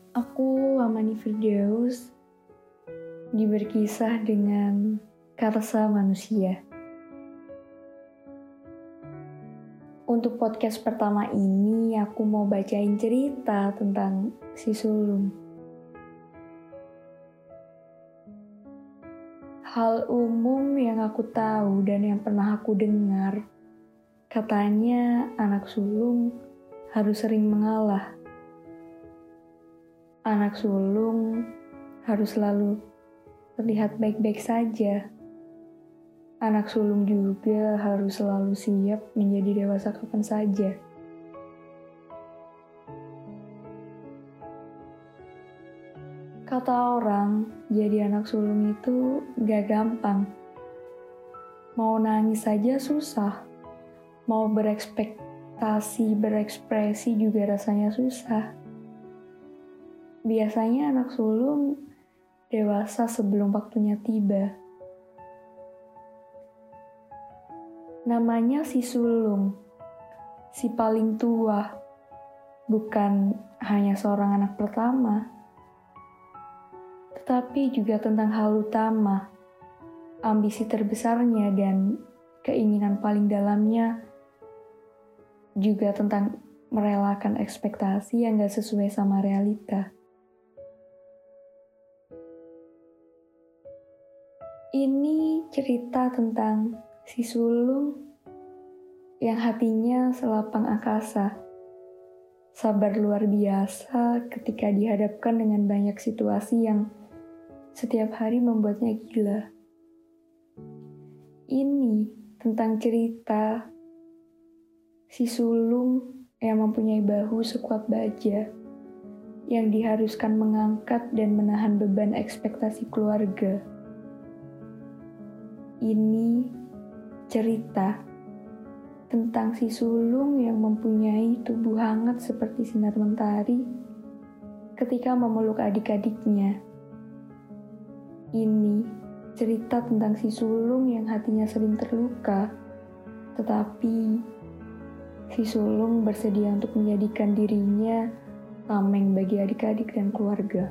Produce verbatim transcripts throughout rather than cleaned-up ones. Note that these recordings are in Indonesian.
Aku Amani Firdaus, diberkisah dengan karsa manusia. Untuk podcast pertama ini, aku mau bacain cerita tentang si sulung. Hal umum yang aku tahu dan yang pernah aku dengar, katanya anak sulung harus sering mengalah. Anak sulung harus selalu terlihat baik-baik saja. Anak sulung juga harus selalu siap menjadi dewasa kapan saja. Kata orang, jadi anak sulung itu gak gampang. Mau nangis saja susah. Mau berekspektasi, berekspresi juga rasanya susah. Biasanya anak sulung dewasa sebelum waktunya tiba. Namanya si sulung, si paling tua, bukan hanya seorang anak pertama, tetapi juga tentang hal utama, ambisi terbesarnya dan keinginan paling dalamnya, juga tentang merelakan ekspektasi yang gak sesuai sama realita. Ini cerita tentang si sulung yang hatinya selapang angkasa. Sabar luar biasa ketika dihadapkan dengan banyak situasi yang setiap hari membuatnya gila. Ini tentang cerita si sulung yang mempunyai bahu sekuat baja, yang diharuskan mengangkat dan menahan beban ekspektasi keluarga. Ini cerita tentang si sulung yang mempunyai tubuh hangat seperti sinar mentari ketika memeluk adik-adiknya. Ini cerita tentang si sulung yang hatinya sering terluka, tetapi si sulung bersedia untuk menjadikan dirinya tameng bagi adik-adik dan keluarga.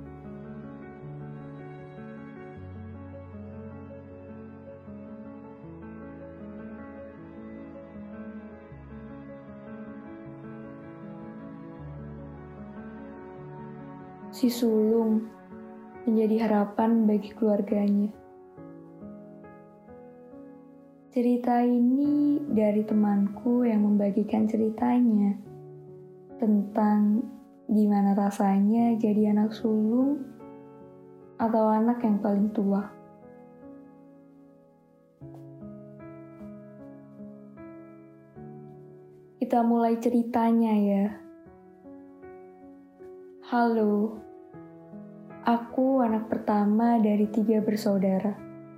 Si sulung menjadi harapan bagi keluarganya. Cerita ini dari temanku yang membagikan ceritanya tentang gimana rasanya jadi anak sulung atau anak yang paling tua. Kita mulai ceritanya ya. Halo, aku anak pertama dari tiga bersaudara.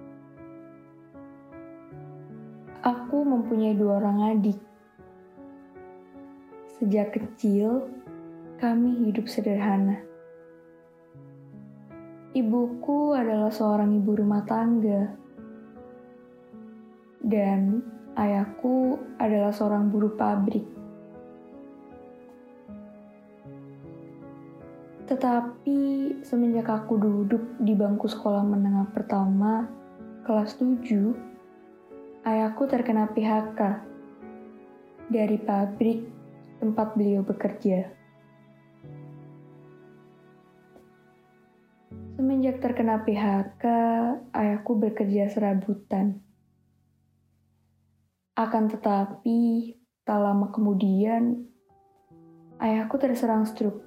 Aku mempunyai dua orang adik. Sejak kecil, kami hidup sederhana. Ibuku adalah seorang ibu rumah tangga. Dan ayahku adalah seorang buruh pabrik. Tetapi semenjak aku duduk di bangku sekolah menengah pertama, kelas tujuh, ayahku terkena P H K dari pabrik tempat beliau bekerja. Semenjak terkena P H K, ayahku bekerja serabutan. Akan tetapi, tak lama kemudian, ayahku terserang stroke.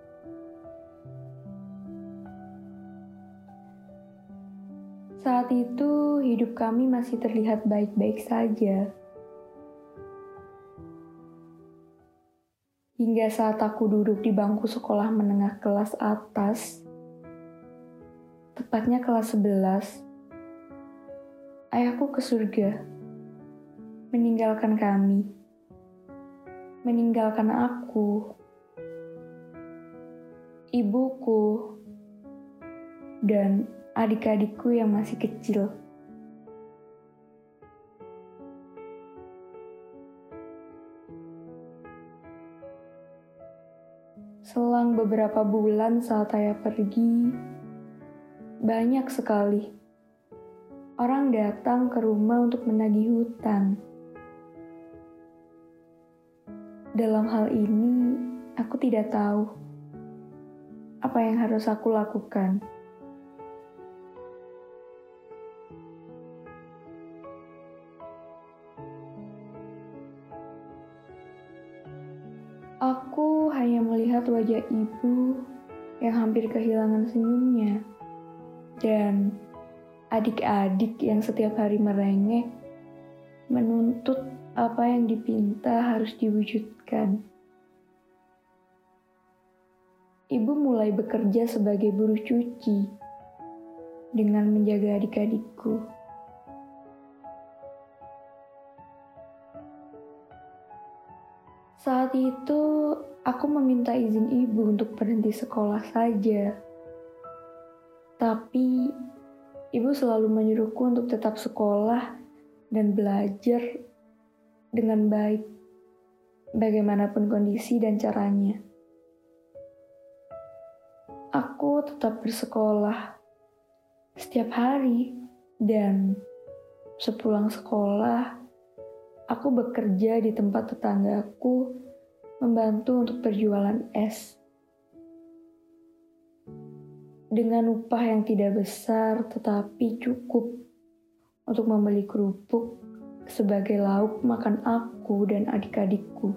Saat itu, hidup kami masih terlihat baik-baik saja. Hingga saat aku duduk di bangku sekolah menengah kelas atas, tepatnya kelas sebelas, ayahku ke surga, meninggalkan kami, meninggalkan aku, ibuku, dan adik-adikku yang masih kecil. Selang beberapa bulan saat ayah pergi, banyak sekali orang datang ke rumah untuk menagih hutang. Dalam hal ini, aku tidak tahu apa yang harus aku lakukan. Aku hanya melihat wajah ibu yang hampir kehilangan senyumnya, dan adik-adik yang setiap hari merengek, menuntut apa yang dipinta harus diwujudkan. Ibu mulai bekerja sebagai buruh cuci dengan menjaga adik-adikku. Saat itu, aku meminta izin ibu untuk berhenti sekolah saja. Tapi, ibu selalu menyuruhku untuk tetap sekolah dan belajar dengan baik, bagaimanapun kondisi dan caranya. Aku tetap bersekolah setiap hari, dan sepulang sekolah, aku bekerja di tempat tetanggaku, membantu untuk berjualan es. Dengan upah yang tidak besar, tetapi cukup untuk membeli kerupuk sebagai lauk makan aku dan adik-adikku.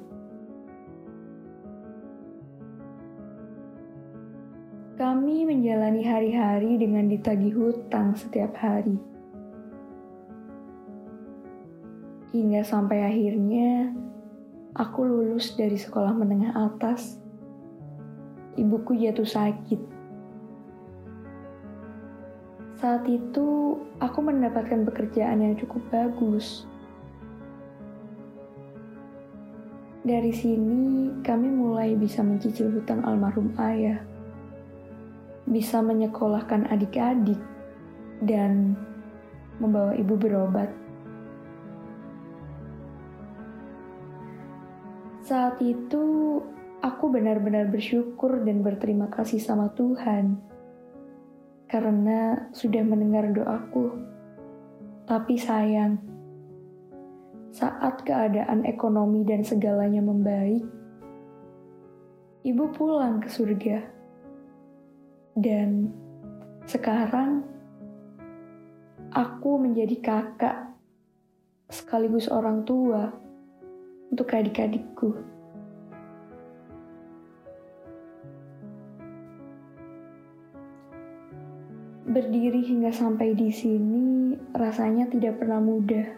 Kami menjalani hari-hari dengan ditagih hutang setiap hari. Hingga sampai akhirnya, aku lulus dari sekolah menengah atas. Ibuku jatuh sakit. Saat itu, aku mendapatkan pekerjaan yang cukup bagus. Dari sini, kami mulai bisa mencicil hutang almarhum ayah, bisa menyekolahkan adik-adik, dan membawa ibu berobat. Saat itu, aku benar-benar bersyukur dan berterima kasih sama Tuhan karena sudah mendengar doaku. Tapi sayang, saat keadaan ekonomi dan segalanya membaik, ibu pulang ke surga. Dan sekarang, aku menjadi kakak sekaligus orang tua untuk adik-adikku. Berdiri hingga sampai di sini rasanya tidak pernah mudah.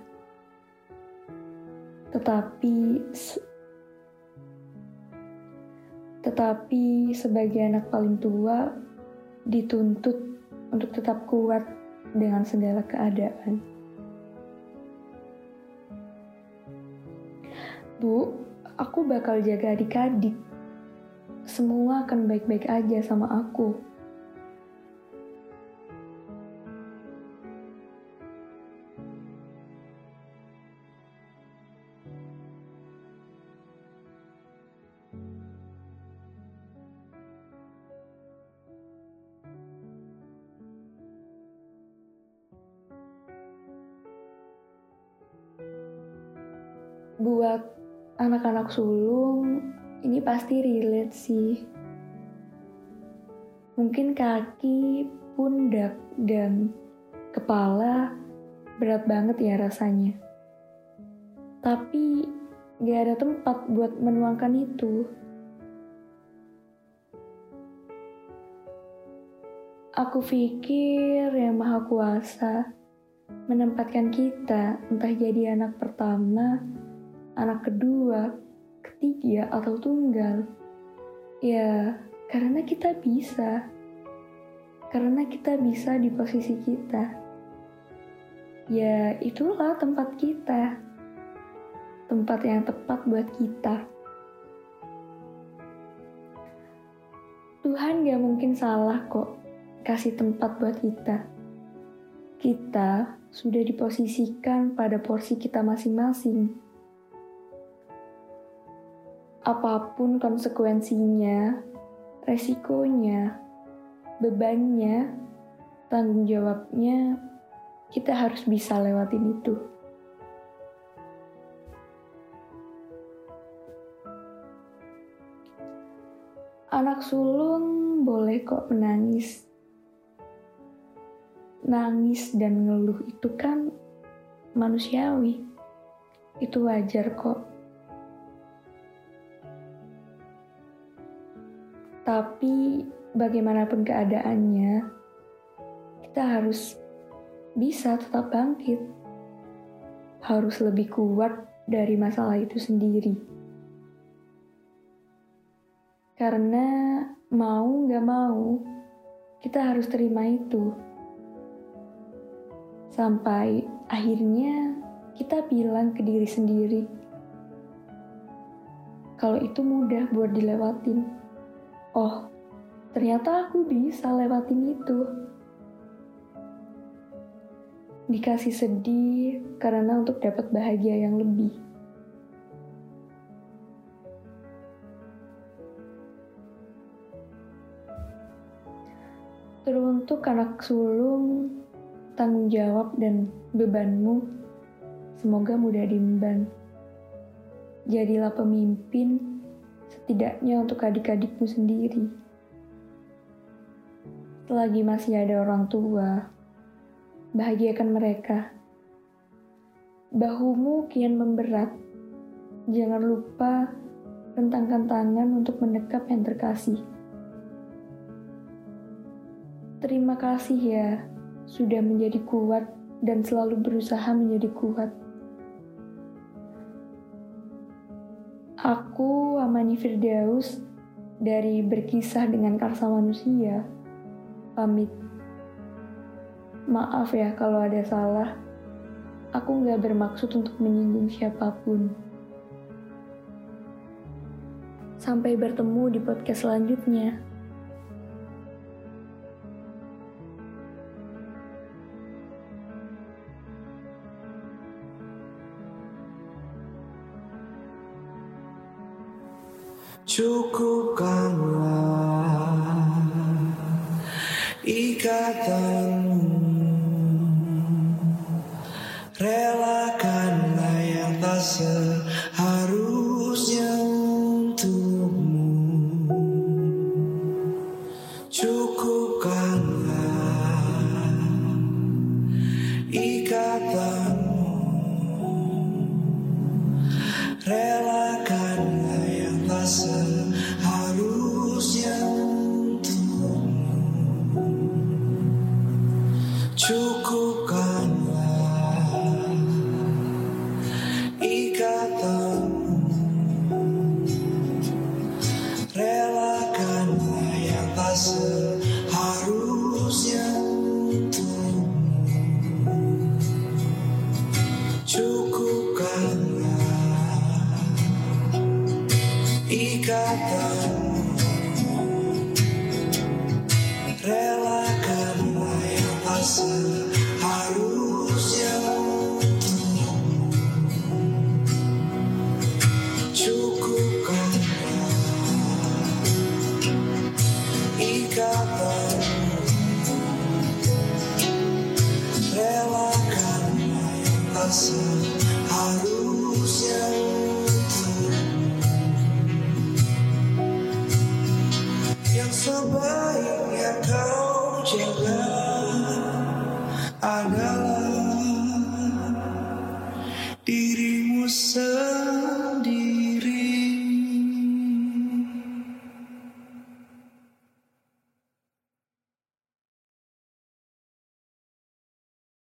Tetapi tetapi sebagai anak paling tua dituntut untuk tetap kuat dengan segala keadaan. Bu, aku bakal jaga adik-adik. Semua akan baik-baik aja sama aku. Buat anak-anak sulung, ini pasti relate sih. Mungkin kaki, pundak, dan kepala berat banget ya rasanya. Tapi gak ada tempat buat menuangkan itu. Aku pikir Yang Maha Kuasa menempatkan kita entah jadi anak pertama, anak kedua, ketiga, atau tunggal. Ya, karena kita bisa. Karena kita bisa di posisi kita. Ya, itulah tempat kita. Tempat yang tepat buat kita. Tuhan gak mungkin salah kok kasih tempat buat kita. Kita sudah diposisikan pada porsi kita masing-masing. Apapun konsekuensinya, resikonya, bebannya, tanggung jawabnya, kita harus bisa lewatin itu. Anak sulung boleh kok menangis. Nangis dan ngeluh itu kan manusiawi. Itu wajar kok. Tapi bagaimanapun keadaannya, kita harus bisa tetap bangkit. Harus lebih kuat dari masalah itu sendiri. Karena mau gak mau, kita harus terima itu. Sampai akhirnya kita bilang ke diri sendiri, kalau itu mudah buat dilewatin. Oh, ternyata aku bisa lewatin itu. Dikasih sedih karena untuk dapat bahagia yang lebih. Teruntuk anak sulung, tanggung jawab dan bebanmu semoga mudah diemban. Jadilah pemimpin, setidaknya untuk adik-adikmu sendiri. Selagi masih ada orang tua, bahagiakan mereka. Bahumu kian memberat, jangan lupa rentangkan tangan untuk mendekap yang terkasih. Terima kasih ya, sudah menjadi kuat dan selalu berusaha menjadi kuat. Aku, Amani Firdaus, dari Berkisah dengan Karsa Manusia, pamit. Maaf ya kalau ada salah, aku gak bermaksud untuk menyinggung siapapun. Sampai bertemu di podcast selanjutnya. Cukupkanlah ikatanmu, relakanlah yang tak seharusnya untukmu. Cukupkanlah ikatanmu, relakanlah yang tak seharusnya untukmu. Cukupkanlah ikatanmu, relakanlah yang tak seharusnya untukmu. Cukupkanlah ikatanmu, relakanlah yang tak seharusnya untukmu. Cukupkanlah ikatanmu, relakanlah yang tak seharusnya untukmu. Yang sebaiknya kau jaga adalah